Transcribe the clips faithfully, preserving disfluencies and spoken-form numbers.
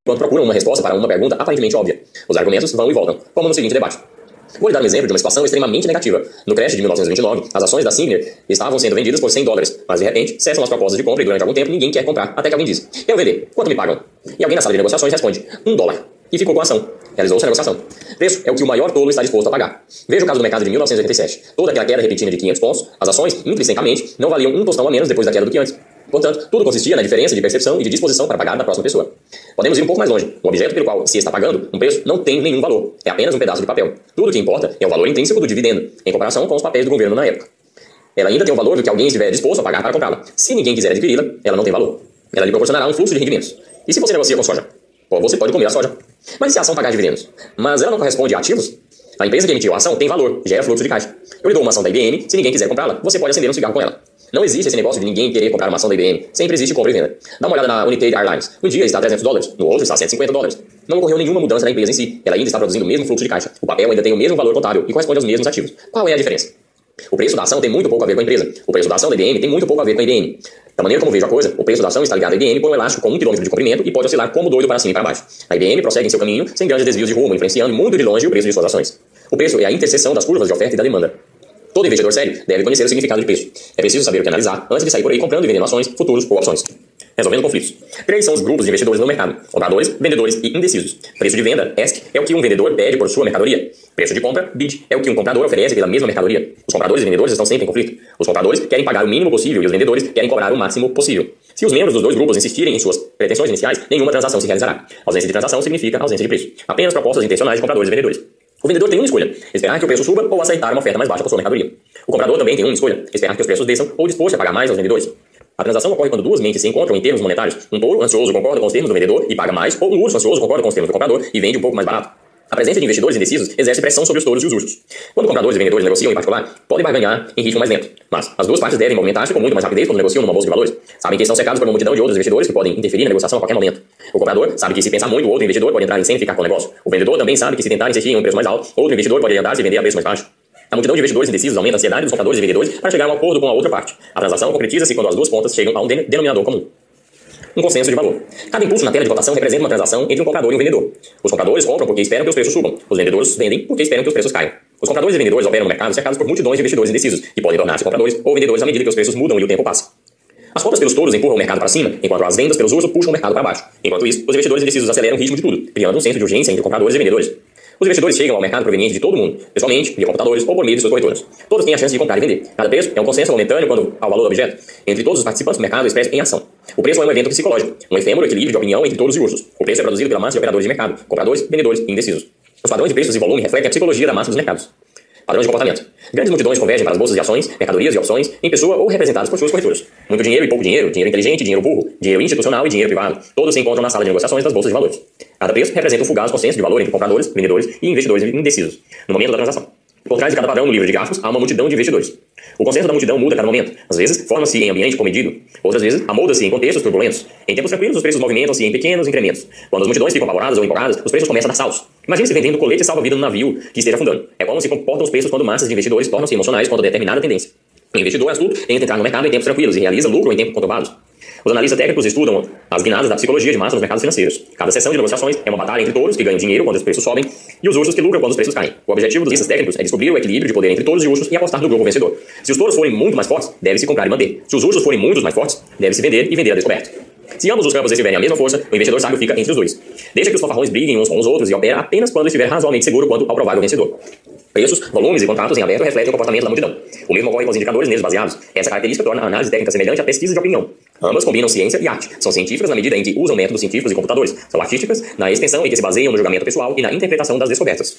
quando procuram uma resposta para uma pergunta aparentemente óbvia. Os argumentos vão e voltam, como no seguinte debate. Vou lhe dar um exemplo de uma situação extremamente negativa. No crash de mil novecentos e vinte e nove, as ações da Signer estavam sendo vendidas por cem dólares, mas de repente cessam as propostas de compra e durante algum tempo ninguém quer comprar, até que alguém diz: quero vender, quanto me pagam? E alguém na sala de negociações responde: um dólar. E ficou com a ação. Realizou-se a negociação. Preço é o que o maior tolo está disposto a pagar. Veja o caso do mercado de mil novecentos e oitenta e sete. Toda aquela queda repentina de quinhentos pontos, as ações, intrinsecamente, não valiam um tostão a menos depois da queda do que antes. Portanto, tudo consistia na diferença de percepção e de disposição para pagar da próxima pessoa. Podemos ir um pouco mais longe. Um objeto pelo qual se está pagando um preço não tem nenhum valor. É apenas um pedaço de papel. Tudo o que importa é o valor intrínseco do dividendo, em comparação com os papéis do governo na época. Ela ainda tem o valor do que alguém estiver disposto a pagar para comprá-la. Se ninguém quiser adquiri-la, ela não tem valor. Ela lhe proporcionará um fluxo de rendimentos. E se você negocia com soja? Bom, você pode comer a soja. Mas e se a ação pagar dividendos? Mas ela não corresponde a ativos? A empresa que emitiu a ação tem valor, gera fluxo de caixa. Eu lhe dou uma ação da I B M, se ninguém quiser comprá-la, você pode acender um cigarro com ela. Não existe esse negócio de ninguém querer comprar uma ação da I B M. Sempre existe compra e venda. Dá uma olhada na United Airlines. Um dia está a trezentos dólares, no outro está a cento e cinquenta dólares. Não ocorreu nenhuma mudança na empresa em si. Ela ainda está produzindo o mesmo fluxo de caixa. O papel ainda tem o mesmo valor contábil e corresponde aos mesmos ativos. Qual é a diferença? O preço da ação tem muito pouco a ver com a empresa. O preço da ação da I B M tem muito pouco a ver com a I B M. Da maneira como vejo a coisa, o preço da ação está ligado à I B M por um elástico com um quilômetro de comprimento e pode oscilar como doido para cima e para baixo. A I B M prossegue em seu caminho sem grandes desvios de rumo, influenciando muito de longe o preço de suas ações. O preço é a interseção das curvas de oferta e da demanda. Todo investidor sério deve conhecer o significado de preço. É preciso saber o que analisar antes de sair por aí comprando e vendendo ações, futuros ou opções. Resolvendo conflitos. Três são os grupos de investidores no mercado: compradores, vendedores e indecisos. Preço de venda, A S C, é o que um vendedor pede por sua mercadoria. Preço de compra, B I D, é o que um comprador oferece pela mesma mercadoria. Os compradores e vendedores estão sempre em conflito. Os compradores querem pagar o mínimo possível e os vendedores querem cobrar o máximo possível. Se os membros dos dois grupos insistirem em suas pretensões iniciais, nenhuma transação se realizará. Ausência de transação significa ausência de preço. Apenas propostas intencionais de compradores e vendedores. O vendedor tem uma escolha: esperar que o preço suba ou aceitar uma oferta mais baixa por sua mercadoria. O comprador também tem uma escolha: esperar que os preços desçam ou dispor-se a pagar mais aos vendedores. A transação ocorre quando duas mentes se encontram em termos monetários. Um touro ansioso concorda com os termos do vendedor e paga mais, ou um urso ansioso concorda com os termos do comprador e vende um pouco mais barato. A presença de investidores indecisos exerce pressão sobre os touros e os ursos. Quando compradores e vendedores negociam em particular, podem barganhar em ritmo mais lento. Mas as duas partes devem movimentar-se com muito mais rapidez quando negociam numa bolsa de valores. Sabem que estão cercados por uma multidão de outros investidores que podem interferir na negociação a qualquer momento. O comprador sabe que se pensar muito, o outro investidor pode entrar em cena e ficar com o negócio. O vendedor também sabe que se tentar insistir em um preço mais alto, outro investidor pode adiantar-se e vender a preço mais baixo. A multidão de investidores indecisos aumenta a ansiedade dos compradores e vendedores para chegar a um acordo com a outra parte. A transação concretiza-se quando as duas pontas chegam a um denominador comum. Um consenso de valor. Cada impulso na tela de cotação representa uma transação entre um comprador e um vendedor. Os compradores compram porque esperam que os preços subam. Os vendedores vendem porque esperam que os preços caiam. Os compradores e vendedores operam no mercado cercados por multidões de investidores indecisos, que podem tornar-se compradores ou vendedores à medida que os preços mudam e o tempo passa. As compras pelos touros empurram o mercado para cima, enquanto as vendas pelos ursos puxam o mercado para baixo. Enquanto isso, os investidores indecisos aceleram o ritmo de tudo, criando um centro de urgência entre compradores e vendedores. Os investidores chegam ao mercado proveniente de todo mundo, pessoalmente, via computadores ou por meio de suas corretoras. Todos têm a chance de comprar e vender. Cada preço é um consenso momentâneo quanto ao valor do objeto entre todos os participantes do mercado expresso em ação. O preço é um evento psicológico, um efêmero equilíbrio de opinião entre touros e ursos. O preço é produzido pela massa de operadores de mercado, compradores, vendedores e indecisos. Os padrões de preços e volume refletem a psicologia da massa dos mercados. Padrões de comportamento. Grandes multidões convergem para as bolsas de ações, mercadorias e opções, em pessoa ou representadas por suas corretoras. Muito dinheiro e pouco dinheiro, dinheiro inteligente, dinheiro burro, dinheiro institucional e dinheiro privado. Todos se encontram na sala de negociações das bolsas de valores. Cada preço representa um fugaz consenso de valor entre compradores, vendedores e investidores indecisos, no momento da transação. Por trás de cada padrão no livro de gráficos há uma multidão de investidores. O consenso da multidão muda a cada momento. Às vezes, forma-se em ambiente comedido. Outras vezes, amolda-se em contextos turbulentos. Em tempos tranquilos, os preços movimentam-se em pequenos incrementos. Quando as multidões ficam apavoradas ou empolgadas, os preços começam a dar saltos. Imagine-se vendendo colete salva-vida no navio que esteja afundando. É como se comportam os preços quando massas de investidores tornam-se emocionais quanto a determinada tendência. O investidor astuto tenta entrar no mercado em tempos tranquilos e realiza lucro em tempos conturbados. Os analistas técnicos estudam as guinadas da psicologia de massa nos mercados financeiros. Cada sessão de negociações é uma batalha entre touros que ganham dinheiro quando os preços sobem e os ursos que lucram quando os preços caem. O objetivo dos analistas técnicos é descobrir o equilíbrio de poder entre touros e ursos e apostar no grupo vencedor. Se os touros forem muito mais fortes, deve-se comprar e manter. Se os ursos forem muito mais fortes, deve-se vender e vender a descoberto. Se ambos os campos estiverem à mesma força, o investidor sábio fica entre os dois. Deixa que os fanfarrões briguem uns com os outros e opera apenas quando estiver razoavelmente seguro quanto ao provável vencedor. Preços, volumes e contratos em aberto refletem o comportamento da multidão. O mesmo ocorre com os indicadores neles baseados. Essa característica torna a análise técnica semelhante à pesquisa de opinião. Ambas combinam ciência e arte. São científicas na medida em que usam métodos científicos e computadores. São artísticas na extensão em que se baseiam no julgamento pessoal e na interpretação das descobertas.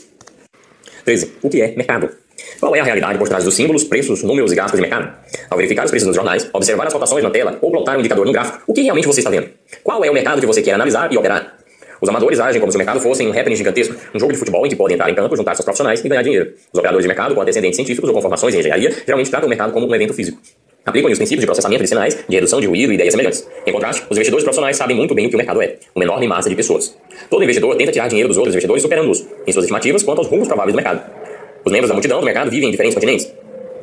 treze. O que é mercado? Qual é a realidade por trás dos símbolos, preços, números e gastos de mercado? Ao verificar os preços nos jornais, observar as cotações na tela ou plotar um indicador no gráfico, o que realmente você está vendo? Qual é o mercado que você quer analisar e operar? Os amadores agem como se o mercado fosse um happening gigantesco, um jogo de futebol em que podem entrar em campo, juntar seus profissionais e ganhar dinheiro. Os operadores de mercado, com antecedentes científicos ou com formações em engenharia, geralmente tratam o mercado como um evento físico. Aplicam os princípios de processamento de sinais, de redução de ruído e ideias semelhantes. Em contraste, os investidores profissionais sabem muito bem o que o mercado é, uma enorme massa de pessoas. Todo investidor tenta tirar dinheiro dos outros investidores superando-os, em suas estimativas quanto aos rumos prováveis do mercado. Os membros da multidão do mercado vivem em diferentes continentes.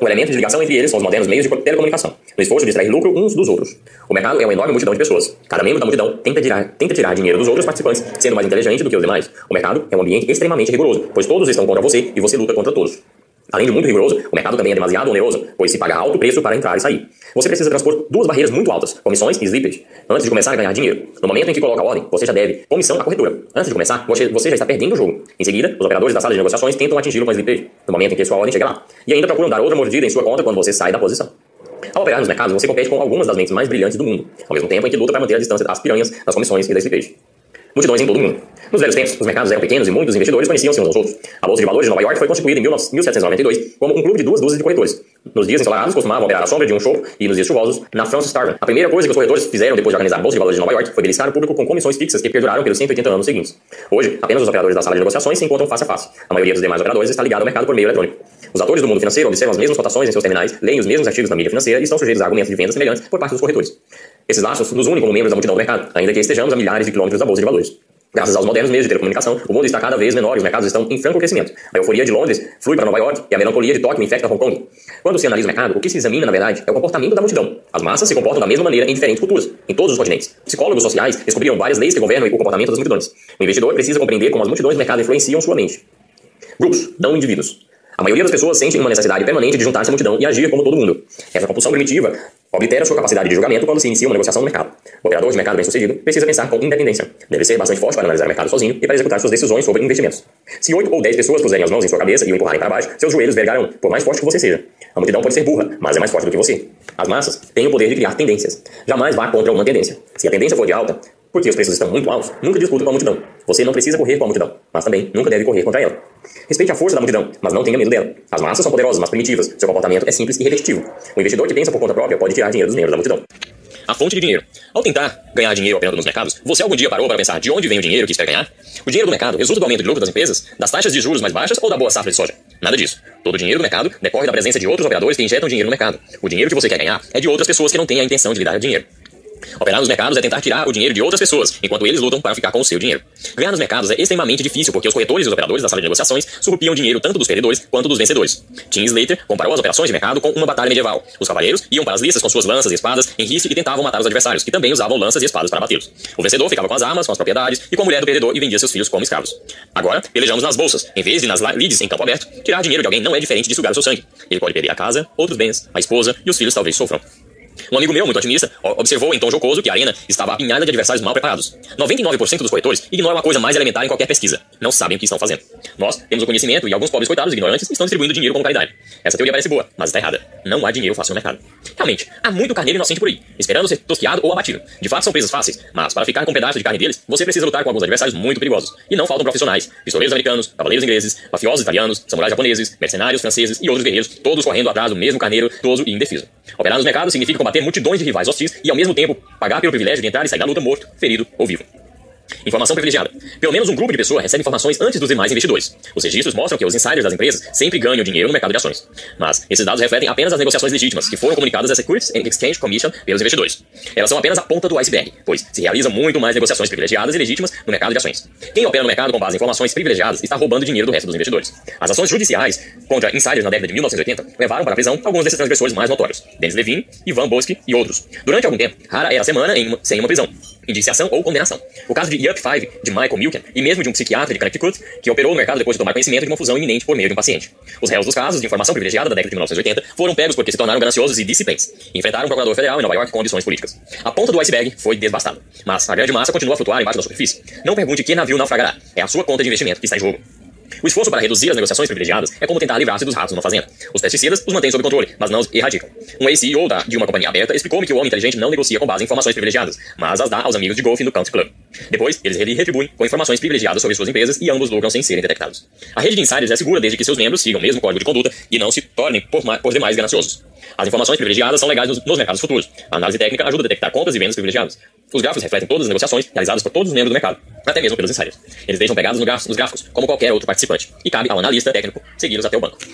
O elemento de ligação entre eles são os modernos meios de telecomunicação, no esforço de extrair lucro uns dos outros. O mercado é uma enorme multidão de pessoas. Cada membro da multidão tenta tirar, tenta tirar dinheiro dos outros participantes, sendo mais inteligente do que os demais. O mercado é um ambiente extremamente rigoroso, pois todos estão contra você e você luta contra todos. Além de muito rigoroso, o mercado também é demasiado oneroso, pois se paga alto preço para entrar e sair. Você precisa transpor duas barreiras muito altas, comissões e slippage, antes de começar a ganhar dinheiro. No momento em que coloca a ordem, você já deve comissão à corretora. Antes de começar, você, você já está perdendo o jogo. Em seguida, os operadores da sala de negociações tentam atingi-lo com slippage, no momento em que sua ordem chega lá. E ainda procuram dar outra mordida em sua conta quando você sai da posição. Ao operar nos mercados, você compete com algumas das mentes mais brilhantes do mundo, ao mesmo tempo em que luta para manter a distância das piranhas, das comissões e da slippage. Multidões em todo o mundo. Nos velhos tempos, os mercados eram pequenos e muitos investidores conheciam-se uns aos outros. A Bolsa de Valores de Nova York foi constituída em mil setecentos e noventa e dois como um clube de duas dúzias de corretores. Nos dias ensolarados, costumavam operar à sombra de um show e nos dias chuvosos, na Francis Tavern. A primeira coisa que os corretores fizeram depois de organizar a Bolsa de Valores de Nova York foi beliscar o público com comissões fixas que perduraram pelos cento e oitenta anos seguintes. Hoje, apenas os operadores da sala de negociações se encontram face a face. A maioria dos demais operadores está ligada ao mercado por meio eletrônico. Os atores do mundo financeiro observam as mesmas cotações em seus terminais, leem os mesmos artigos na mídia financeira e estão sujeitos a argumentos de vendas semelhantes por parte dos corretores. Esses laços nos unem como membros da multidão do mercado, ainda que estejamos a milhares de quilômetros da Bolsa de Valores. Graças aos modernos meios de telecomunicação, o mundo está cada vez menor e os mercados estão em franco crescimento. A euforia de Londres flui para Nova York e a melancolia de Tóquio infecta Hong Kong. Quando se analisa o mercado, o que se examina, na verdade, é o comportamento da multidão. As massas se comportam da mesma maneira em diferentes culturas, em todos os continentes. Psicólogos sociais descobriram várias leis que governam o comportamento das multidões. O investidor precisa compreender como as multidões do mercado influenciam sua mente. Grupos, não indivíduos. A maioria das pessoas sente uma necessidade permanente de juntar-se à multidão e agir como todo mundo. Essa compulsão primitiva oblitera sua capacidade de julgamento quando se inicia uma negociação no mercado. O operador de mercado bem-sucedido precisa pensar com independência. Deve ser bastante forte para analisar o mercado sozinho e para executar suas decisões sobre investimentos. Se oito ou dez pessoas puserem as mãos em sua cabeça e o empurrarem para baixo, seus joelhos vergarão, por mais forte que você seja. A multidão pode ser burra, mas é mais forte do que você. As massas têm o poder de criar tendências. Jamais vá contra uma tendência. Se a tendência for de alta, porque os preços estão muito altos, nunca discuta com a multidão. Você não precisa correr com a multidão, mas também nunca deve correr contra ela. Respeite a força da multidão, mas não tenha medo dela. As massas são poderosas, mas primitivas. Seu comportamento é simples e repetitivo. O investidor que pensa por conta própria pode tirar dinheiro dos membros da multidão. A fonte de dinheiro. Ao tentar ganhar dinheiro operando nos mercados, você algum dia parou para pensar de onde vem o dinheiro que espera ganhar? O dinheiro do mercado resulta do aumento de lucro das empresas, das taxas de juros mais baixas ou da boa safra de soja? Nada disso. Todo o dinheiro do mercado decorre da presença de outros operadores que injetam dinheiro no mercado. O dinheiro que você quer ganhar é de outras pessoas que não têm a intenção de lhe dar dinheiro. Operar nos mercados é tentar tirar o dinheiro de outras pessoas, enquanto eles lutam para ficar com o seu dinheiro. Ganhar nos mercados é extremamente difícil, porque os corretores e os operadores da sala de negociações surrupiam dinheiro tanto dos perdedores quanto dos vencedores. Tim Slater comparou as operações de mercado com uma batalha medieval. Os cavaleiros iam para as listas com suas lanças e espadas em riste e tentavam matar os adversários, que também usavam lanças e espadas para batê-los. O vencedor ficava com as armas, com as propriedades e com a mulher do perdedor e vendia seus filhos como escravos. Agora, pelejamos nas bolsas. Em vez de nas leads em campo aberto, tirar dinheiro de alguém não é diferente de sugar o seu sangue. Ele pode perder a casa, outros bens, a esposa e os filhos talvez sofram. Um amigo meu, muito otimista, observou em tom jocoso que a arena estava apinhada de adversários mal preparados. noventa e nove por cento dos corretores ignoram a coisa mais elementar em qualquer pesquisa. Não sabem o que estão fazendo. Nós temos o conhecimento e alguns pobres coitados ignorantes estão distribuindo dinheiro como caridade. Essa teoria parece boa, mas está errada. Não há dinheiro fácil no mercado. Realmente, há muito carneiro inocente por aí, esperando ser tosquiado ou abatido. De fato, são presas fáceis, mas para ficar com um pedaço de carne deles, você precisa lutar com alguns adversários muito perigosos. E não faltam profissionais, pistoleiros americanos, cavaleiros ingleses, mafiosos italianos, samurais japoneses, mercenários franceses e outros guerreiros, todos correndo atrás do mesmo carneiro, idoso e indefeso. Operar nos mercados significa combater multidões de rivais hostis e ao mesmo tempo pagar pelo privilégio de entrar e sair da luta morto, ferido ou vivo. Informação privilegiada. Pelo menos um grupo de pessoas recebe informações antes dos demais investidores. Os registros mostram que os insiders das empresas sempre ganham dinheiro no mercado de ações. Mas esses dados refletem apenas as negociações legítimas que foram comunicadas à Securities and Exchange Commission pelos investidores. Elas são apenas a ponta do iceberg, pois se realizam muito mais negociações privilegiadas e legítimas no mercado de ações. Quem opera no mercado com base em informações privilegiadas está roubando dinheiro do resto dos investidores. As ações judiciais contra insiders na década de mil novecentos e oitenta levaram para a prisão alguns desses transgressores mais notórios, Dennis Levine, Ivan Boesky e outros. Durante algum tempo, rara era a semana em uma, sem uma prisão, indiciação ou condenação. O caso de Yup five, de Michael Milken, e mesmo de um psiquiatra de Connecticut, que operou no mercado depois de tomar conhecimento de uma fusão iminente por meio de um paciente. Os réus dos casos de informação privilegiada da década de mil novecentos e oitenta foram pegos porque se tornaram gananciosos e displicentes, e enfrentaram um procurador federal em Nova York com condições políticas. A ponta do iceberg foi devastada, mas a grande massa continua a flutuar embaixo da superfície. Não pergunte que navio naufragará, é a sua conta de investimento que está em jogo. O esforço para reduzir as negociações privilegiadas é como tentar livrar-se dos ratos numa fazenda. Os pesticidas os mantêm sob controle, mas não os erradicam. Um ex-C E O de uma companhia aberta explicou-me que o homem inteligente não negocia com base em informações privilegiadas, mas as dá aos amigos de golfe no Country Club. Depois, eles lhe retribuem com informações privilegiadas sobre suas empresas e ambos lucram sem serem detectados. A rede de insiders é segura desde que seus membros sigam o mesmo código de conduta e não se tornem por, por demais gananciosos. As informações privilegiadas são legais nos, nos mercados futuros. A análise técnica ajuda a detectar compras e vendas privilegiadas. Os gráficos refletem todas as negociações realizadas por todos os membros do mercado, até mesmo pelos insiders. Eles deixam pegados no graf, nos gráficos, como qualquer outro participante, e cabe ao analista técnico segui-los até o banco.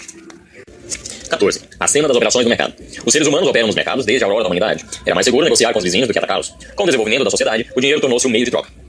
quatorze. A cena das operações do mercado. Os seres humanos operam nos mercados desde a aurora da humanidade. Era mais seguro negociar com os vizinhos do que atacá-los. Com o desenvolvimento da sociedade, o dinheiro tornou-se um meio de troca.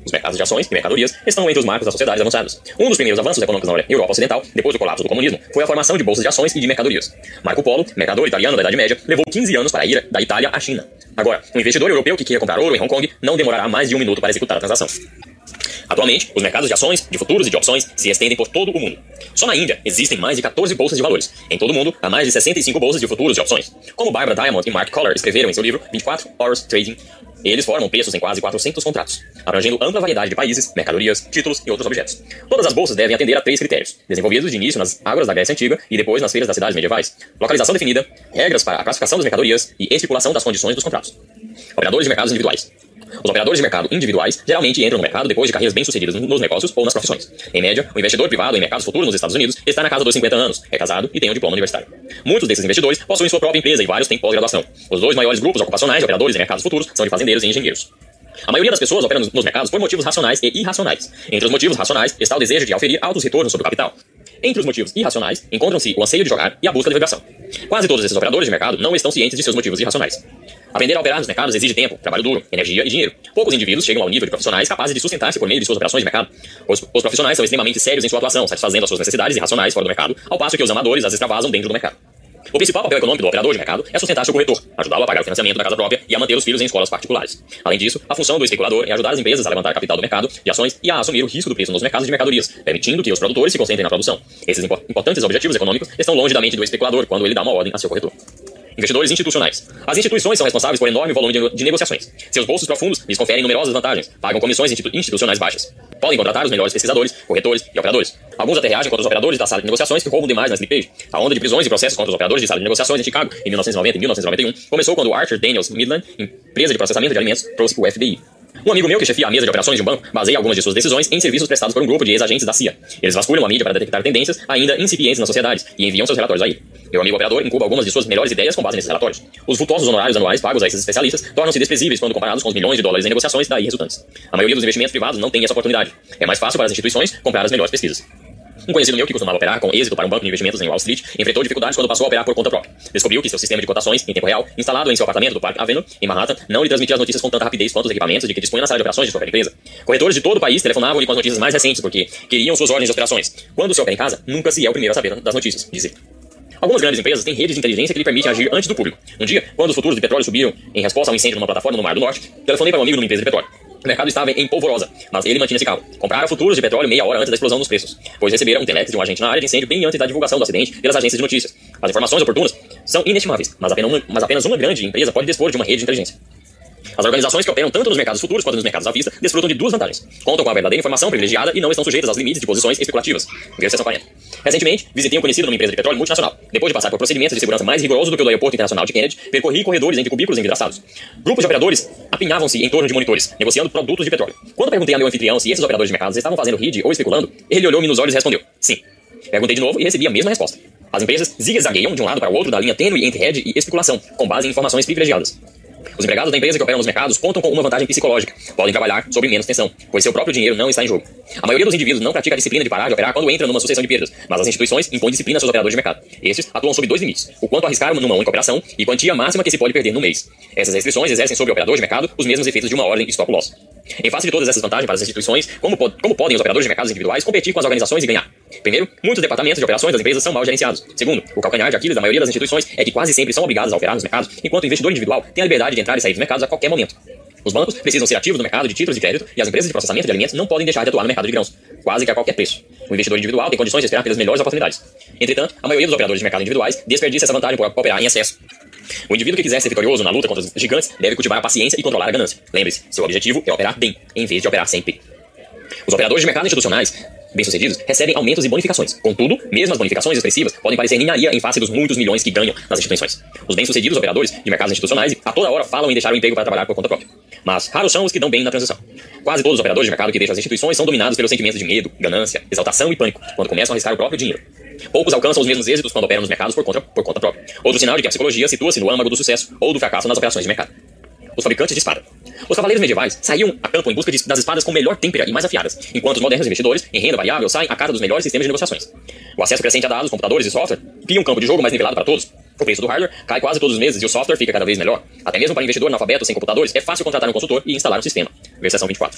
Os mercados de ações e mercadorias estão entre os marcos das sociedades avançadas. Um dos primeiros avanços econômicos na Europa Ocidental, depois do colapso do comunismo, foi a formação de bolsas de ações e de mercadorias. Marco Polo, mercador italiano da Idade Média, levou quinze anos para ir da Itália à China. Agora, um investidor europeu que queira comprar ouro em Hong Kong não demorará mais de um minuto para executar a transação. Atualmente, os mercados de ações, de futuros e de opções se estendem por todo o mundo. Só na Índia existem mais de quatorze bolsas de valores. Em todo o mundo, há mais de sessenta e cinco bolsas de futuros e opções. Como Barbara Diamond e Mark Kohler escreveram em seu livro vinte e quatro Hours Trading, eles formam preços em quase quatrocentos contratos, abrangendo ampla variedade de países, mercadorias, títulos e outros objetos. Todas as bolsas devem atender a três critérios, desenvolvidos de início nas águas da Grécia Antiga e depois nas feiras das cidades medievais: localização definida, regras para a classificação das mercadorias e estipulação das condições dos contratos. Operadores de mercados individuais. Os operadores de mercado individuais geralmente entram no mercado depois de carreiras bem-sucedidas nos negócios ou nas profissões. Em média, o investidor privado em mercados futuros nos Estados Unidos está na casa dos cinquenta anos, é casado e tem um diploma universitário. Muitos desses investidores possuem sua própria empresa e vários têm pós-graduação. Os dois maiores grupos ocupacionais de operadores em mercados futuros são de fazendeiros e engenheiros. A maioria das pessoas opera nos mercados por motivos racionais e irracionais. Entre os motivos racionais está o desejo de auferir altos retornos sobre o capital. Entre os motivos irracionais encontram-se o anseio de jogar e a busca de vibração. Quase todos esses operadores de mercado não estão cientes de seus motivos irracionais. Aprender a operar nos mercados exige tempo, trabalho duro, energia e dinheiro. Poucos indivíduos chegam ao nível de profissionais capazes de sustentar-se por meio de suas operações de mercado. Os, os profissionais são extremamente sérios em sua atuação, satisfazendo as suas necessidades irracionais fora do mercado, ao passo que os amadores as extravasam dentro do mercado. O principal papel econômico do operador de mercado é sustentar seu corretor, ajudá-lo a pagar o financiamento da casa própria e a manter os filhos em escolas particulares. Além disso, a função do especulador é ajudar as empresas a levantar capital do mercado de ações e a assumir o risco do preço nos mercados de mercadorias, permitindo que os produtores se concentrem na produção. Esses importantes objetivos econômicos estão longe da mente do especulador quando ele dá uma ordem a seu corretor. Investidores institucionais. As instituições são responsáveis por enorme volume de, de negociações. Seus bolsos profundos lhes conferem numerosas vantagens, pagam comissões institu institucionais baixas. Podem contratar os melhores pesquisadores, corretores e operadores. Alguns até reagem contra os operadores da sala de negociações que roubam demais na slippage. A onda de prisões e processos contra os operadores de sala de negociações em Chicago, em mil novecentos e noventa e mil novecentos e noventa e um, começou quando Archer Daniels Midland, empresa de processamento de alimentos, trouxe o F B I. Um amigo meu que chefia a mesa de operações de um banco baseia algumas de suas decisões em serviços prestados por um grupo de ex-agentes da C I A. Eles vasculham a mídia para detectar tendências ainda incipientes nas sociedades e enviam seus relatórios a ele. Meu amigo operador incuba algumas de suas melhores ideias com base nesses relatórios. Os vultosos honorários anuais pagos a esses especialistas tornam-se desprezíveis quando comparados com os milhões de dólares em negociações daí resultantes. A maioria dos investimentos privados não tem essa oportunidade. É mais fácil para as instituições comprar as melhores pesquisas. Um conhecido meu que costumava operar com êxito para um banco de investimentos em Wall Street enfrentou dificuldades quando passou a operar por conta própria. Descobriu que seu sistema de cotações em tempo real, instalado em seu apartamento do Park Avenue, em Manhattan, não lhe transmitia as notícias com tanta rapidez quanto os equipamentos de que dispunha na sala de operações de sua empresa. Corretores de todo o país telefonavam-lhe com as notícias mais recentes porque queriam suas ordens de operações. Quando se opera em casa, nunca se é o primeiro a saber das notícias, diz ele. Algumas grandes empresas têm redes de inteligência que lhe permitem agir antes do público. Um dia, quando os futuros de petróleo subiram em resposta a um incêndio numa plataforma no Mar do Norte, telefonei para um amigo numa empresa de petróleo. O mercado estava em polvorosa, mas ele mantinha-se calmo. Comprara futuros de petróleo meia hora antes da explosão dos preços, pois receberam um telex de um agente na área de incêndio bem antes da divulgação do acidente pelas agências de notícias. As informações oportunas são inestimáveis, mas apenas uma, mas apenas uma grande empresa pode dispor de uma rede de inteligência. As organizações que operam tanto nos mercados futuros quanto nos mercados à vista desfrutam de duas vantagens. Contam com a verdadeira informação privilegiada e não estão sujeitas aos limites de posições especulativas. Ver seção quarenta. Recentemente, visitei um conhecido numa empresa de petróleo multinacional. Depois de passar por procedimentos de segurança mais rigorosos do que o do aeroporto internacional de Kennedy, percorri corredores entre cubículos envidraçados. Grupos de operadores apinhavam-se em torno de monitores, negociando produtos de petróleo. Quando perguntei a meu anfitrião se esses operadores de mercados estavam fazendo rede ou especulando, ele olhou-me nos olhos e respondeu, sim. Perguntei de novo e recebi a mesma resposta. As empresas zigue-zagueiam de um lado para o outro da linha tênue entre rede e especulação, com base em informações privilegiadas. Os empregados da empresa que operam nos mercados contam com uma vantagem psicológica. Podem trabalhar sob menos tensão, pois seu próprio dinheiro não está em jogo. A maioria dos indivíduos não pratica a disciplina de parar de operar quando entra numa sucessão de perdas, mas as instituições impõem disciplina a seus operadores de mercado. Estes atuam sob dois limites: o quanto arriscar numa única operação e quantia máxima que se pode perder no mês. Essas restrições exercem sobre o operador de mercado os mesmos efeitos de uma ordem stop loss. Em face de todas essas vantagens para as instituições, como, pod como podem os operadores de mercados individuais competir com as organizações e ganhar? Primeiro, muitos departamentos de operações das empresas são mal gerenciados. Segundo, o calcanhar de Aquiles da maioria das instituições é que quase sempre são obrigadas a operar nos mercados, enquanto o investidor individual tem a liberdade de entrar e sair dos mercados a qualquer momento. Os bancos precisam ser ativos no mercado de títulos de crédito e as empresas de processamento de alimentos não podem deixar de atuar no mercado de grãos, quase que a qualquer preço. O investidor individual tem condições de esperar pelas melhores oportunidades. Entretanto, a maioria dos operadores de mercado individuais desperdiça essa vantagem por operar em excesso. O indivíduo que quiser ser vitorioso na luta contra os gigantes deve cultivar a paciência e controlar a ganância. Lembre-se, seu objetivo é operar bem, em vez de operar sempre. Os operadores de mercado institucionais bem-sucedidos recebem aumentos e bonificações. Contudo, mesmo as bonificações expressivas podem parecer ninharia em face dos muitos milhões que ganham nas instituições. Os bem-sucedidos operadores de mercados institucionais a toda hora falam em deixar o emprego para trabalhar por conta própria. Mas raros são os que dão bem na transição. Quase todos os operadores de mercado que deixam as instituições são dominados pelos sentimentos de medo, ganância, exaltação e pânico quando começam a arriscar o próprio dinheiro. Poucos alcançam os mesmos êxitos quando operam nos mercados por conta, por conta própria. Outro sinal de que a psicologia situa-se no âmago do sucesso ou do fracasso nas operações de mercado. Os fabricantes de espada. Os cavaleiros medievais saíam a campo em busca de, das espadas com melhor têmpera e mais afiadas, enquanto os modernos investidores, em renda variável, saem à caça dos melhores sistemas de negociações. O acesso crescente a dados, computadores e software cria um campo de jogo mais nivelado para todos. O preço do hardware cai quase todos os meses e o software fica cada vez melhor. Até mesmo para investidor analfabeto sem computadores, é fácil contratar um consultor e instalar um sistema. Ver seção vinte e quatro.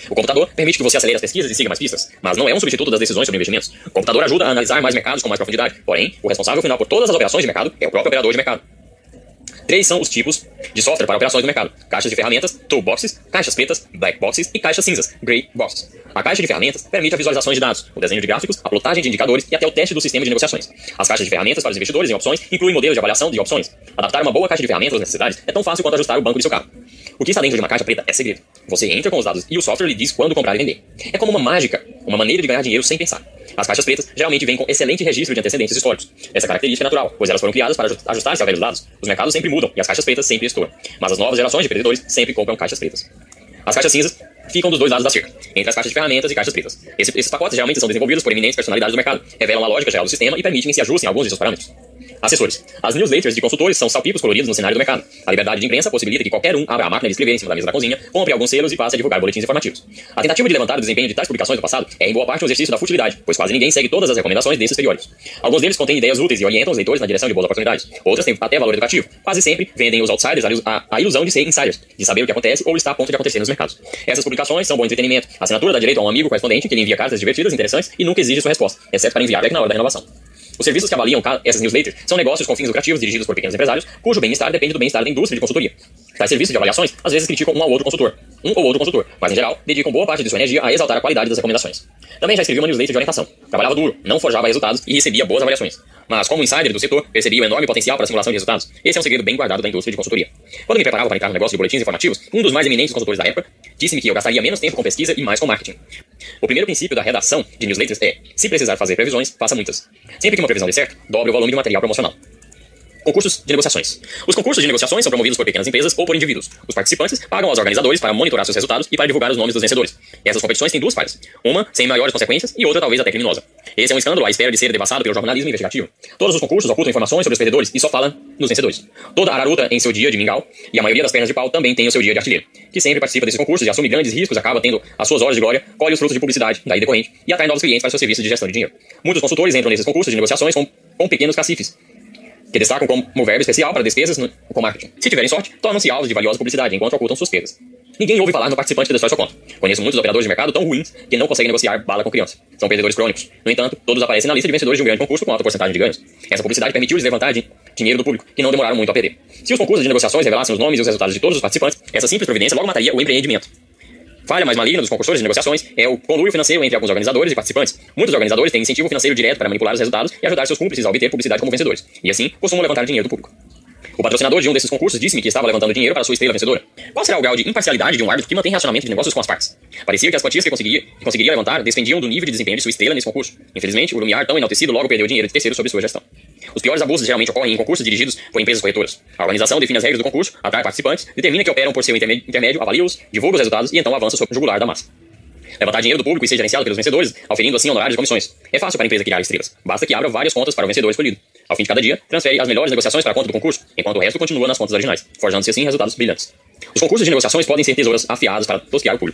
O computador permite que você acelere as pesquisas e siga mais pistas, mas não é um substituto das decisões sobre investimentos. O computador ajuda a analisar mais mercados com mais profundidade, porém, o responsável final por todas as operações de mercado é o próprio operador de mercado. Três são os tipos de software para operações do mercado: caixas de ferramentas, toolboxes, caixas pretas, black boxes e caixas cinzas, gray boxes. A caixa de ferramentas permite a visualização de dados, o desenho de gráficos, a plotagem de indicadores e até o teste do sistema de negociações. As caixas de ferramentas para os investidores em opções incluem modelos de avaliação de opções. Adaptar uma boa caixa de ferramentas às necessidades é tão fácil quanto ajustar o banco de seu carro. O que está dentro de uma caixa preta é segredo. Você entra com os dados e o software lhe diz quando comprar e vender. É como uma mágica, uma maneira de ganhar dinheiro sem pensar. As caixas pretas geralmente vêm com excelente registro de antecedentes históricos. Essa característica é natural, pois elas foram criadas para ajustar-se a velhos dados. Os mercados sempre mudam e as caixas pretas sempre estouram. Mas as novas gerações de perdedores sempre compram caixas pretas. As caixas cinzas ficam dos dois lados da cerca, entre as caixas de ferramentas e caixas pretas. Esse, esses pacotes geralmente são desenvolvidos por eminentes personalidades do mercado, revelam a lógica geral do sistema e permitem que se ajustem alguns de seus parâmetros. Assessores. As newsletters de consultores são salpicos coloridos no cenário do mercado. A liberdade de imprensa possibilita que qualquer um abra a máquina de escrever em cima da mesa da cozinha, compre alguns selos e passe a divulgar boletins informativos. A tentativa de levantar o desempenho de tais publicações do passado é em boa parte um exercício da futilidade, pois quase ninguém segue todas as recomendações desses periódicos. Alguns deles contêm ideias úteis e orientam os leitores na direção de boas oportunidades. Outras têm até valor educativo. Quase sempre vendem os outsiders a, a ilusão de ser insiders, de saber o que acontece ou está a ponto de acontecer nos mercados. Essas publicações são bom entretenimento. A assinatura dá direito a um amigo correspondente que lhe envia cartas divertidas e interessantes e nunca exige sua resposta, exceto para enviar back na hora da renovação. Os serviços que avaliam essas newsletters são negócios com fins lucrativos dirigidos por pequenos empresários, cujo bem-estar depende do bem-estar da indústria de consultoria. Tais serviços de avaliações às vezes criticam um ao outro consultor, um ou outro consultor, mas em geral dedicam boa parte de sua energia a exaltar a qualidade das recomendações. Também já escrevi uma newsletter de orientação. Trabalhava duro, não forjava resultados e recebia boas avaliações. Mas como insider do setor, percebia o enorme potencial para a simulação de resultados. Esse é um segredo bem guardado da indústria de consultoria. Quando me preparava para entrar no negócio de boletins informativos, um dos mais eminentes consultores da época disse-me que eu gastaria menos tempo com pesquisa e mais com marketing. O primeiro princípio da redação de newsletters é: se precisar fazer previsões, faça muitas. Sempre que uma previsão dê certo, dobre o volume de material promocional. Concursos de negociações. Os concursos de negociações são promovidos por pequenas empresas ou por indivíduos. Os participantes pagam aos organizadores para monitorar seus resultados e para divulgar os nomes dos vencedores. Essas competições têm duas falhas. Uma sem maiores consequências e outra talvez até criminosa. Esse é um escândalo à espera de ser devassado pelo jornalismo investigativo. Todos os concursos ocultam informações sobre os perdedores e só falam nos vencedores. Toda araruta em seu dia de mingau e a maioria das pernas de pau também tem o seu dia de artilheiro, que sempre participa desses concursos e assume grandes riscos, acaba tendo as suas horas de glória, colhe os frutos de publicidade, daí decorrente, e atrai novos clientes para seus serviços de gestão de dinheiro. Muitos consultores entram nesses concursos de negociações com, com pequenos cacifes, que destacam como verbo especial para despesas no, com marketing. Se tiverem sorte, tornam-se alvos de valiosa publicidade, enquanto ocultam suas perdas. Ninguém ouve falar no participante que destrói sua conta. Conheço muitos operadores de mercado tão ruins que não conseguem negociar bala com criança. São perdedores crônicos. No entanto, todos aparecem na lista de vencedores de um grande concurso com alta porcentagem de ganhos. Essa publicidade permitiu-lhes levantar de dinheiro do público, que não demoraram muito a perder. Se os concursos de negociações revelassem os nomes e os resultados de todos os participantes, essa simples providência logo mataria o empreendimento. Falha mais maligna dos concursores de negociações é o conluio financeiro entre alguns organizadores e participantes. Muitos organizadores têm incentivo financeiro direto para manipular os resultados e ajudar seus cúmplices a obter publicidade como vencedores, e assim costumam levantar dinheiro do público. O patrocinador de um desses concursos disse-me que estava levantando dinheiro para sua estrela vencedora. Qual será o grau de imparcialidade de um árbitro que mantém relacionamento de negócios com as partes? Parecia que as quantias que conseguiria, que conseguiria levantar despendiam do nível de desempenho de sua estrela nesse concurso. Infelizmente, o Lumiar, tão enaltecido, logo perdeu dinheiro de terceiro sob sua gestão. Os piores abusos geralmente ocorrem em concursos dirigidos por empresas corretoras. A organização define as regras do concurso, atrai participantes, determina que operam por seu intermédio, avalia-os, divulga os resultados e então avança sobre o jugular da massa. Levantar dinheiro do público e ser gerenciado pelos vencedores, auferindo assim honorários e comissões. É fácil para a empresa criar estrelas. Basta que abra várias contas para o vencedor escolhido. Ao fim de cada dia, transfere as melhores negociações para a conta do concurso, enquanto o resto continua nas contas originais, forjando-se assim resultados brilhantes. Os concursos de negociações podem ser tesouras afiadas para tosquear o público.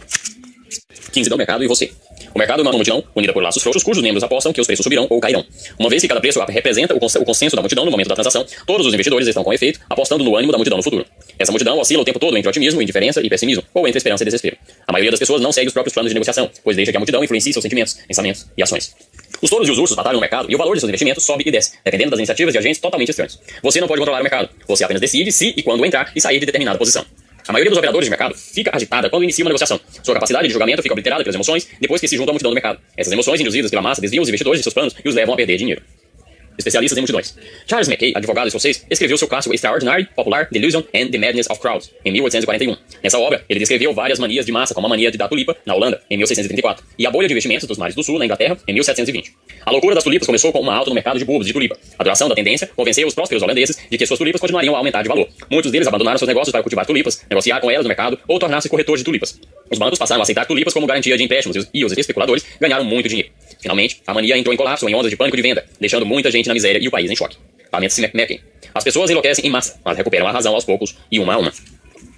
quinze do mercado e você. O mercado é uma multidão unida por laços frouxos cujos membros apostam que os preços subirão ou cairão. Uma vez que cada preço representa o consenso da multidão no momento da transação, todos os investidores estão com efeito apostando no ânimo da multidão no futuro. Essa multidão oscila o tempo todo entre otimismo, indiferença e pessimismo, ou entre esperança e desespero. A maioria das pessoas não segue os próprios planos de negociação, pois deixa que a multidão influencie seus sentimentos, pensamentos e ações. Os touros e os ursos batalham no mercado e o valor de seus investimentos sobe e desce, dependendo das iniciativas de agentes totalmente estranhos. Você não pode controlar o mercado, você apenas decide se e quando entrar e sair de determinada posição. A maioria dos operadores de mercado fica agitada quando inicia uma negociação. Sua capacidade de julgamento fica obliterada pelas emoções depois que se juntam à multidão do mercado. Essas emoções induzidas pela massa desviam os investidores de seus planos e os levam a perder dinheiro. Especialistas em multidões. Charles Mackay, advogado escocês, escreveu seu clássico Extraordinary, Popular, Delusion and the Madness of Crowds, em mil oitocentos e quarenta e um. Nessa obra, ele descreveu várias manias de massa, como a mania de dar tulipa, na Holanda, em mil seiscentos e trinta e quatro, e a bolha de investimentos dos mares do sul, na Inglaterra, em mil setecentos e vinte. A loucura das tulipas começou com uma alta no mercado de bulbos de tulipa. A duração da tendência convenceu os prósperos holandeses de que suas tulipas continuariam a aumentar de valor. Muitos deles abandonaram seus negócios para cultivar tulipas, negociar com elas no mercado ou tornar-se corretores de tulipas. Os bancos passaram a aceitar tulipas como garantia de empréstimos e os especuladores ganharam muito dinheiro. Finalmente, a mania entrou em colapso em ondas de pânico de venda, deixando muita gente na miséria e o país em choque. Lamenta-se Mackay. As pessoas enlouquecem em massa, mas recuperam a razão aos poucos e uma a uma.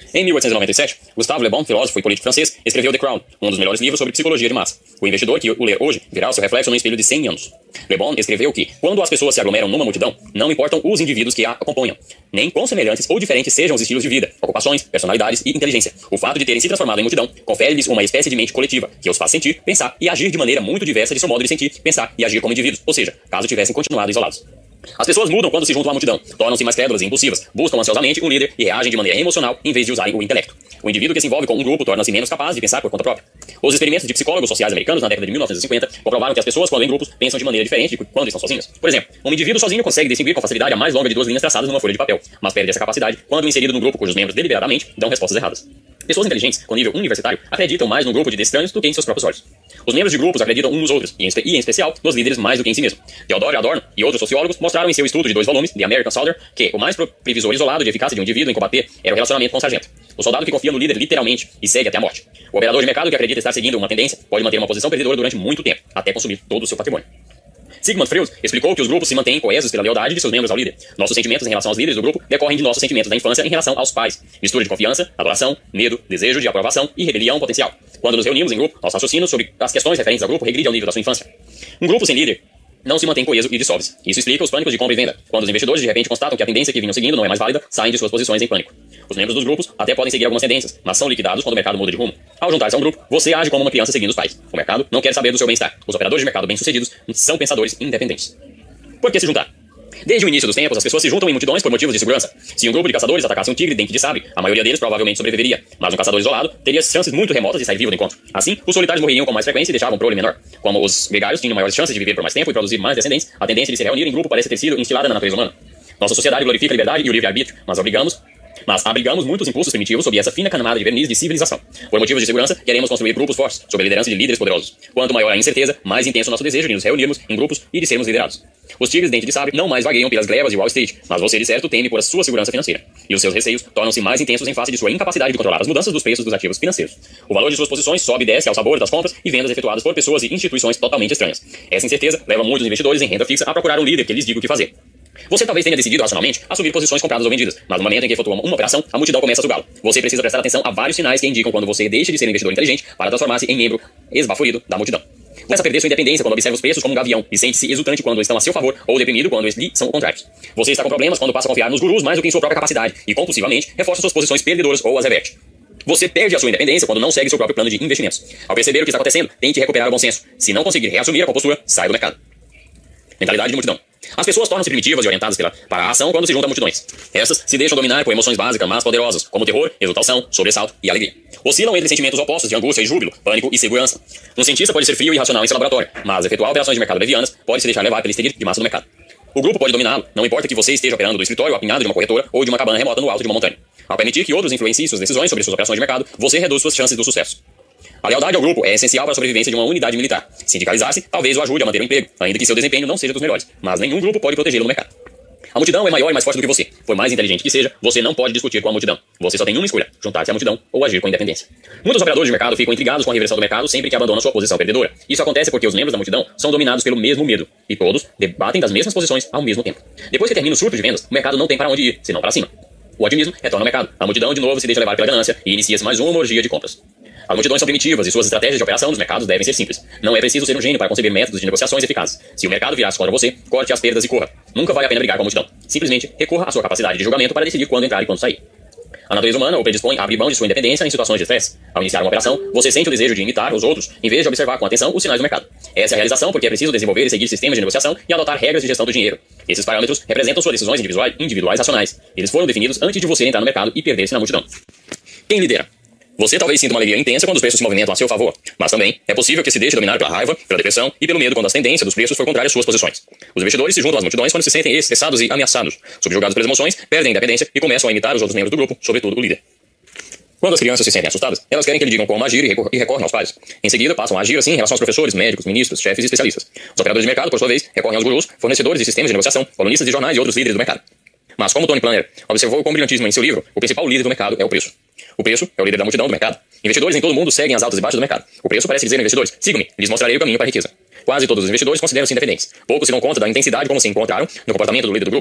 Em mil oitocentos e noventa e sete, Gustave Le Bon, filósofo e político francês, escreveu The Crowd, um dos melhores livros sobre psicologia de massa. O investidor que o ler hoje verá o seu reflexo no espelho de cem anos. Le Bon escreveu que, quando as pessoas se aglomeram numa multidão, não importam os indivíduos que a acompanham, nem quão semelhantes ou diferentes sejam os estilos de vida, ocupações, personalidades e inteligência. O fato de terem se transformado em multidão confere-lhes uma espécie de mente coletiva, que os faz sentir, pensar e agir de maneira muito diversa de seu modo de sentir, pensar e agir como indivíduos, ou seja, caso tivessem continuado isolados. As pessoas mudam quando se juntam à multidão, tornam-se mais crédulas e impulsivas, buscam ansiosamente um líder e reagem de maneira emocional em vez de usarem o intelecto. O indivíduo que se envolve com um grupo torna-se menos capaz de pensar por conta própria. Os experimentos de psicólogos sociais americanos na década de mil novecentos e cinquenta comprovaram que as pessoas, quando em grupos, pensam de maneira diferente de quando estão sozinhos. Por exemplo, um indivíduo sozinho consegue distinguir com facilidade a mais longa de duas linhas traçadas numa folha de papel, mas perde essa capacidade quando inserido num grupo cujos membros deliberadamente dão respostas erradas. Pessoas inteligentes, com nível universitário, acreditam mais num grupo de estranhos do que em seus próprios olhos. Os membros de grupos acreditam uns nos outros, e em, e em especial nos líderes mais do que em si mesmo. Theodore Adorno e outros sociólogos mostraram em seu estudo de dois volumes, The American Soldier, que o mais previsor isolado de eficácia de um indivíduo em combater era o relacionamento com o sargento. O soldado que confia no líder literalmente e segue até a morte. O operador de mercado que acredita estar seguindo uma tendência pode manter uma posição perdedora durante muito tempo, até consumir todo o seu patrimônio. Sigmund Freud explicou que os grupos se mantêm coesos pela lealdade de seus membros ao líder. Nossos sentimentos em relação aos líderes do grupo decorrem de nossos sentimentos da infância em relação aos pais. Mistura de confiança, adoração, medo, desejo de aprovação e rebelião potencial. Quando nos reunimos em grupo, nosso raciocínio sobre as questões referentes ao grupo regride ao nível da sua infância. Um grupo sem líder não se mantém coeso e dissolve-se. Isso explica os pânicos de compra e venda. Quando os investidores de repente constatam que a tendência que vinham seguindo não é mais válida, saem de suas posições em pânico. Os membros dos grupos até podem seguir algumas tendências, mas são liquidados quando o mercado muda de rumo. Ao juntar-se a um grupo, você age como uma criança seguindo os pais. O mercado não quer saber do seu bem-estar. Os operadores de mercado bem-sucedidos são pensadores independentes. Por que se juntar? Desde o início dos tempos, as pessoas se juntam em multidões por motivos de segurança. Se um grupo de caçadores atacasse um tigre dente de sabre, a maioria deles provavelmente sobreviveria. Mas um caçador isolado teria chances muito remotas de sair vivo do encontro. Assim, os solitários morreriam com mais frequência e deixavam o prole menor. Como os gregários tinham maiores chances de viver por mais tempo e produzir mais descendentes, a tendência de se reunir em grupo parece ter sido instilada na natureza humana. Nossa sociedade glorifica a liberdade e o livre-arbítrio, mas obrigamos Mas abrigamos muitos impulsos primitivos sob essa fina camada de verniz de civilização. Por motivos de segurança, queremos construir grupos fortes, sob a liderança de líderes poderosos. Quanto maior a incerteza, mais intenso o nosso desejo de nos reunirmos em grupos e de sermos liderados. Os tigres dente de sabre não mais vagueiam pelas glebas de Wall Street, mas você de certo teme por a sua segurança financeira. E os seus receios tornam-se mais intensos em face de sua incapacidade de controlar as mudanças dos preços dos ativos financeiros. O valor de suas posições sobe e desce ao sabor das compras e vendas efetuadas por pessoas e instituições totalmente estranhas. Essa incerteza leva muitos investidores em renda fixa a procurar um líder que lhes diga o que fazer. Você talvez tenha decidido racionalmente assumir posições compradas ou vendidas, mas no momento em que efetua uma operação, a multidão começa a sugá-lo. Você precisa prestar atenção a vários sinais que indicam quando você deixa de ser um investidor inteligente para transformar-se em membro esbaforido da multidão. Começa a perder sua independência quando observa os preços como um gavião e sente-se exultante quando estão a seu favor ou deprimido quando lhe são contrários. Você está com problemas quando passa a confiar nos gurus mais do que em sua própria capacidade e, compulsivamente, reforça suas posições perdedoras ou as reverte. Você perde a sua independência quando não segue seu próprio plano de investimentos. Ao perceber o que está acontecendo, tente recuperar o bom senso. Se não conseguir reassumir a compostura, saia do mercado. Mentalidade de multidão. As pessoas tornam-se primitivas e orientadas pela, para a ação quando se juntam a multidões. Estas se deixam dominar por emoções básicas, mas poderosas, como terror, exultação, sobressalto e alegria. Oscilam entre sentimentos opostos de angústia e júbilo, pânico e segurança. Um cientista pode ser frio e racional em seu laboratório, mas efetuar operações de mercado levianas pode se deixar levar pela histeria de massa do mercado. O grupo pode dominá-lo, não importa que você esteja operando do escritório apinhado de uma corretora ou de uma cabana remota no alto de uma montanha. Ao permitir que outros influenciem suas decisões sobre suas operações de mercado, você reduz suas chances do sucesso. A lealdade ao grupo é essencial para a sobrevivência de uma unidade militar. Sindicalizar-se talvez o ajude a manter o emprego, ainda que seu desempenho não seja dos melhores, mas nenhum grupo pode protegê-lo no mercado. A multidão é maior e mais forte do que você. Por mais inteligente que seja, você não pode discutir com a multidão. Você só tem uma escolha: juntar-se à multidão ou agir com independência. Muitos operadores de mercado ficam intrigados com a reversão do mercado sempre que abandonam sua posição perdedora. Isso acontece porque os membros da multidão são dominados pelo mesmo medo, e todos debatem das mesmas posições ao mesmo tempo. Depois que termina o surto de vendas, o mercado não tem para onde ir, senão para cima. O otimismo retorna ao mercado. A multidão de novo se deixa levar pela ganância e inicia-se mais uma orgia de compras. As multidões são primitivas e suas estratégias de operação nos mercados devem ser simples. Não é preciso ser um gênio para conceber métodos de negociações eficazes. Se o mercado virasse contra você, corte as perdas e corra. Nunca vale a pena brigar com a multidão. Simplesmente recorra à sua capacidade de julgamento para decidir quando entrar e quando sair. A natureza humana o predispõe a abrir mão de sua independência em situações de estresse. Ao iniciar uma operação, você sente o desejo de imitar os outros, em vez de observar com atenção os sinais do mercado. Essa é a realização porque é preciso desenvolver e seguir sistemas de negociação e adotar regras de gestão do dinheiro. Esses parâmetros representam suas decisões individuais, individuais racionais. Eles foram definidos antes de você entrar no mercado e perder-se na multidão. Quem lidera? Você talvez sinta uma alegria intensa quando os preços se movimentam a seu favor, mas também é possível que se deixe dominar pela raiva, pela depressão e pelo medo quando as tendências dos preços for contrária às suas posições. Os investidores se juntam às multidões quando se sentem estressados e ameaçados. Subjugados pelas emoções, perdem a independência e começam a imitar os outros membros do grupo, sobretudo o líder. Quando as crianças se sentem assustadas, elas querem que lhe digam como agir e recorrem aos pais. Em seguida, passam a agir assim em relação aos professores, médicos, ministros, chefes e especialistas. Os operadores de mercado, por sua vez, recorrem aos gurus, fornecedores de sistemas de negociação, colunistas de jornais e outros líderes do mercado. Mas, como Tony Planner observou com brilhantismo em seu livro, o principal líder do mercado é o preço. O preço é o líder da multidão do mercado. Investidores em todo o mundo seguem as altas e baixas do mercado. O preço parece dizer aos investidores: sigam-me, lhes mostrarei o caminho para a riqueza. Quase todos os investidores consideram-se independentes. Poucos se dão conta da intensidade como se encontraram no comportamento do líder do grupo.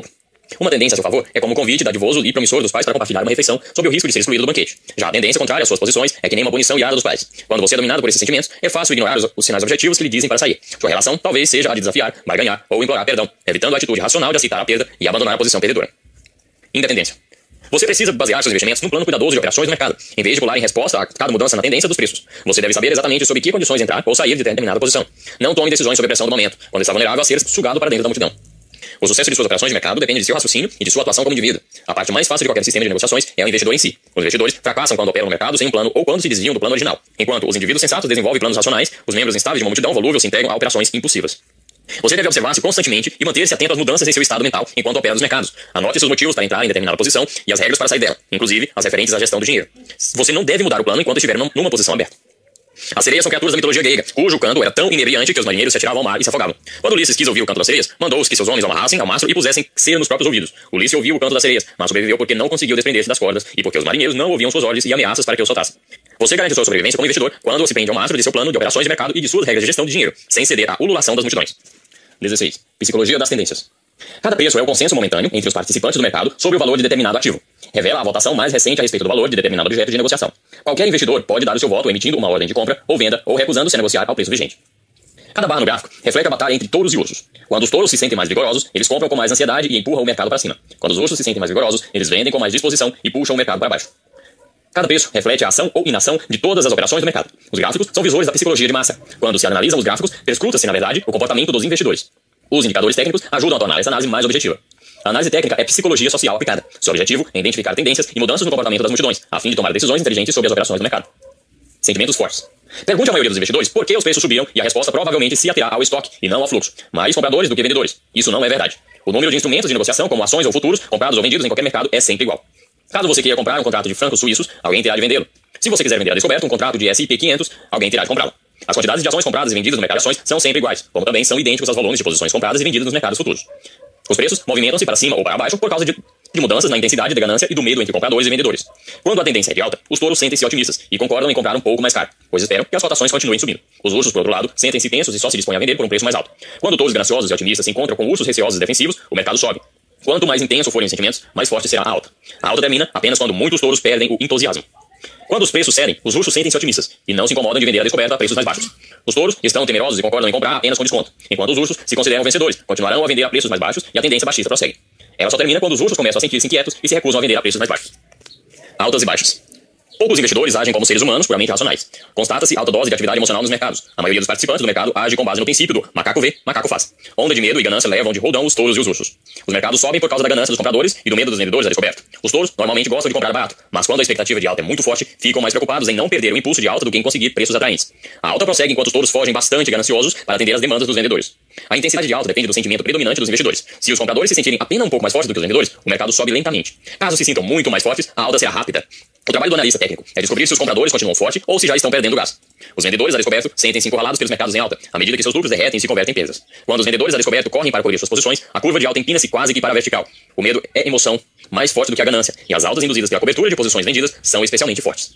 Uma tendência a seu favor é como o convite dadivoso e promissor dos pais para compartilhar uma refeição sob o risco de ser excluído do banquete. Já a tendência contrária às suas posições é que nem uma punição irada dos pais. Quando você é dominado por esses sentimentos, é fácil ignorar os, os sinais objetivos que lhe dizem para sair. Sua relação talvez seja a de desafiar, barganhar ou implorar perdão, evitando a atitude racional de aceitar a perda e abandonar a posição perdedora. Independência. Você precisa basear seus investimentos num plano cuidadoso de operações do mercado, em vez de pular em resposta a cada mudança na tendência dos preços. Você deve saber exatamente sob que condições entrar ou sair de determinada posição. Não tome decisões sob a pressão do momento, quando está vulnerável a ser sugado para dentro da multidão. O sucesso de suas operações de mercado depende de seu raciocínio e de sua atuação como indivíduo. A parte mais fácil de qualquer sistema de negociações é o investidor em si. Os investidores fracassam quando operam no mercado sem um plano ou quando se desviam do plano original. Enquanto os indivíduos sensatos desenvolvem planos racionais, os membros instáveis de uma multidão volúvel se integram a operações impulsivas. Você deve observar-se constantemente e manter-se atento às mudanças em seu estado mental enquanto opera nos mercados. Anote seus motivos para entrar em determinada posição e as regras para sair dela, inclusive as referentes à gestão do dinheiro. Você não deve mudar o plano enquanto estiver numa posição aberta. As sereias são criaturas da mitologia grega, cujo canto era tão inebriante que os marinheiros se atiravam ao mar e se afogavam. Quando Ulisses quis ouvir o canto das sereias, mandou-os que seus homens amarrassem ao mastro e pusessem cera nos próprios ouvidos. Ulisses ouviu o canto das sereias, mas sobreviveu porque não conseguiu desprender-se das cordas e porque os marinheiros não ouviam suas ordens e ameaças para que o soltassem. Você garante sua sobrevivência como investidor quando se prende ao mastro de seu plano de operações de mercado e de suas regras de gestão de dinheiro, sem ceder à ululação das multidões. dezesseis. Psicologia das tendências. Cada preço é o consenso momentâneo entre os participantes do mercado sobre o valor de determinado ativo. Revela a votação mais recente a respeito do valor de determinado objeto de negociação. Qualquer investidor pode dar o seu voto emitindo uma ordem de compra ou venda ou recusando-se a negociar ao preço vigente. Cada barra no gráfico reflete a batalha entre touros e ursos. Quando os touros se sentem mais vigorosos, eles compram com mais ansiedade e empurram o mercado para cima. Quando os ursos se sentem mais vigorosos, eles vendem com mais disposição e puxam o mercado para baixo. Cada preço reflete a ação ou inação de todas as operações do mercado. Os gráficos são visores da psicologia de massa. Quando se analisam os gráficos, perscruta-se, na verdade, o comportamento dos investidores. Os indicadores técnicos ajudam a tornar essa análise mais objetiva. A análise técnica é psicologia social aplicada. Seu objetivo é identificar tendências e mudanças no comportamento das multidões, a fim de tomar decisões inteligentes sobre as operações do mercado. Sentimentos fortes. Pergunte à maioria dos investidores por que os preços subiram e a resposta provavelmente se aterá ao estoque e não ao fluxo. Mais compradores do que vendedores. Isso não é verdade. O número de instrumentos de negociação, como ações ou futuros, comprados ou vendidos em qualquer mercado é sempre igual. Caso você queira comprar um contrato de francos suíços, alguém terá de vendê-lo. Se você quiser vender a descoberto um contrato de S e P quinhentos, alguém terá de comprá-lo. As quantidades de ações compradas e vendidas no mercado de ações são sempre iguais, como também são idênticos aos volumes de posições compradas e vendidas nos mercados futuros. Os preços movimentam-se para cima ou para baixo por causa de, de mudanças na intensidade da ganância e do medo entre compradores e vendedores. Quando a tendência é de alta, os touros sentem-se otimistas e concordam em comprar um pouco mais caro, pois esperam que as cotações continuem subindo. Os ursos, por outro lado, sentem-se tensos e só se dispõem a vender por um preço mais alto. Quando touros gananciosos e otimistas se encontram com ursos receosos e defensivos, o mercado sobe. Quanto mais intenso forem os sentimentos, mais forte será a alta. A alta termina apenas quando muitos touros perdem o entusiasmo. Quando os preços cedem, os ursos sentem-se otimistas e não se incomodam de vender a descoberta a preços mais baixos. Os touros estão temerosos e concordam em comprar apenas com desconto, enquanto os ursos se consideram vencedores, continuarão a vender a preços mais baixos e a tendência baixista prossegue. Ela só termina quando os ursos começam a sentir-se inquietos e se recusam a vender a preços mais baixos. Altas e baixas. Poucos investidores agem como seres humanos puramente racionais. Constata-se alta dose de atividade emocional nos mercados. A maioria dos participantes do mercado age com base no princípio do macaco vê, macaco faz. Onda de medo e ganância levam de roldão os touros e os ursos. Os mercados sobem por causa da ganância dos compradores e do medo dos vendedores a descoberto. Os touros normalmente gostam de comprar barato, mas quando a expectativa de alta é muito forte, ficam mais preocupados em não perder o impulso de alta do que em conseguir preços atraentes. A alta prossegue enquanto os touros fogem bastante gananciosos para atender às demandas dos vendedores. A intensidade de alta depende do sentimento predominante dos investidores. Se os compradores se sentirem apenas um pouco mais fortes do que os vendedores, o mercado sobe lentamente. Caso se sintam muito mais fortes, a alta será rápida. O trabalho do analista técnico é descobrir se os compradores continuam fortes ou se já estão perdendo gás. Os vendedores a descoberto sentem-se encurralados pelos mercados em alta, à medida que seus lucros derretem e se convertem em perdas. Quando os vendedores a descoberto correm para cobrir suas posições, a curva de alta empina-se quase que para a vertical. O medo é emoção mais forte do que a ganância, e as altas induzidas pela cobertura de posições vendidas são especialmente fortes.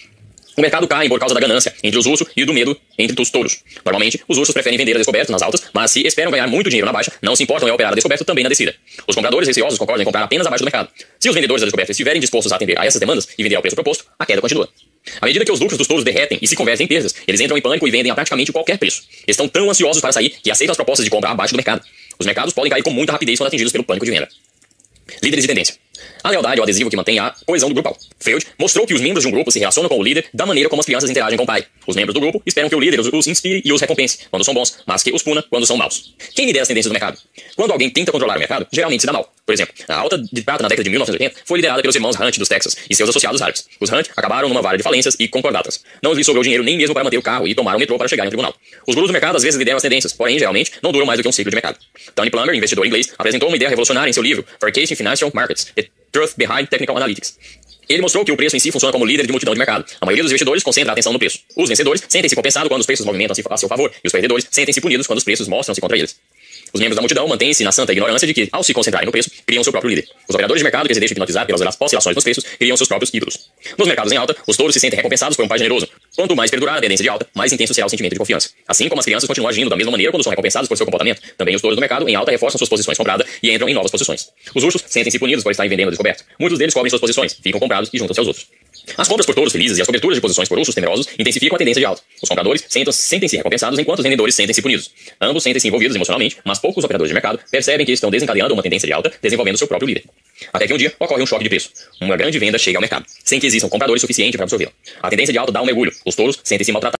O mercado cai por causa da ganância entre os ursos e do medo entre os touros. Normalmente, os ursos preferem vender a descoberto nas altas, mas se esperam ganhar muito dinheiro na baixa, não se importam em operar a descoberto também na descida. Os compradores receosos concordam em comprar apenas abaixo do mercado. Se os vendedores a descoberto estiverem dispostos a atender a essas demandas e vender ao preço proposto, a queda continua. À medida que os lucros dos touros derretem e se convertem em perdas, eles entram em pânico e vendem a praticamente qualquer preço. Estão tão ansiosos para sair que aceitam as propostas de compra abaixo do mercado. Os mercados podem cair com muita rapidez quando atingidos pelo pânico de venda. Líderes de tendência. A lealdade é o adesivo que mantém a coesão do grupal. Freud mostrou que os membros de um grupo se relacionam com o líder da maneira como as crianças interagem com o pai. Os membros do grupo esperam que o líder os inspire e os recompense quando são bons, mas que os puna quando são maus. Quem lidera as tendências do mercado? Quando alguém tenta controlar o mercado, geralmente se dá mal. Por exemplo, a alta de prata na década de mil novecentos e oitenta foi liderada pelos irmãos Hunt dos Texas e seus associados árabes. Os Hunt acabaram numa vara de falências e concordatas. Não lhes sobrou dinheiro nem mesmo para manter o carro e tomar o metrô para chegar em um tribunal. Os gurus do mercado às vezes lideram as tendências, porém geralmente não duram mais do que um ciclo de mercado. Tony Plummer, investidor inglês, apresentou uma ideia revolucionária em seu livro Forecasting Financial Markets: The Truth Behind Technical Analytics. Ele mostrou que o preço em si funciona como líder de multidão de mercado. A maioria dos investidores concentra a atenção no preço. Os vencedores sentem-se compensados quando os preços movimentam-se a seu favor, e os perdedores sentem-se punidos quando os preços mostram-se contra eles. Os membros da multidão mantêm-se na santa ignorância de que, ao se concentrarem no preço, criam seu próprio líder. Os operadores de mercado que se deixam hipnotizar pelas oscilações nos preços criam seus próprios ídolos. Nos mercados em alta, os touros se sentem recompensados por um pai generoso. Quanto mais perdurar a tendência de alta, mais intenso será o sentimento de confiança. Assim como as crianças continuam agindo da mesma maneira quando são recompensadas por seu comportamento, também os touros do mercado em alta reforçam suas posições compradas e entram em novas posições. Os ursos sentem-se punidos por estarem vendendo descoberto. Muitos deles cobrem suas posições, ficam comprados e juntam-se aos outros. As compras por touros felizes e as coberturas de posições por ursos temerosos intensificam a tendência de alta. Os compradores sentem-se recompensados enquanto os vendedores sentem-se punidos. Ambos sentem-se envolvidos emocionalmente, mas poucos operadores de mercado percebem que estão desencadeando uma tendência de alta, desenvolvendo seu próprio líder. Até que um dia ocorre um choque de preço. Uma grande venda chega ao mercado, sem que existam compradores suficientes para absorvê-la. A tendência de alta dá um mergulho. Os touros sentem-se maltratados.